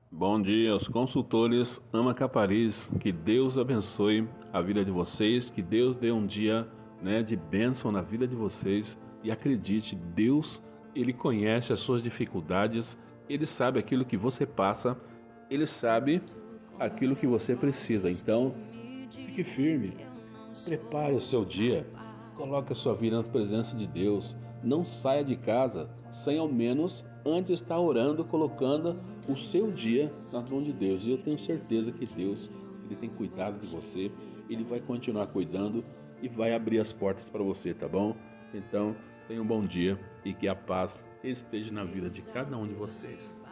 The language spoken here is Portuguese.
Bom dia aos consultores Ama Capariz, que Deus abençoe a vida de vocês, que Deus dê um dia, de bênção na vida de vocês e acredite, Deus, Ele conhece as suas dificuldades, Ele sabe aquilo que você passa, Ele sabe aquilo que você precisa, então fique firme, prepare o seu dia, coloque a sua vida na presença de Deus. Não saia de casa sem ao menos antes estar orando, colocando o seu dia nas mãos de Deus. E eu tenho certeza que Deus, Ele tem cuidado de você, Ele vai continuar cuidando e vai abrir as portas para você, tá bom? Então, tenha um bom dia e que a paz esteja na vida de cada um de vocês.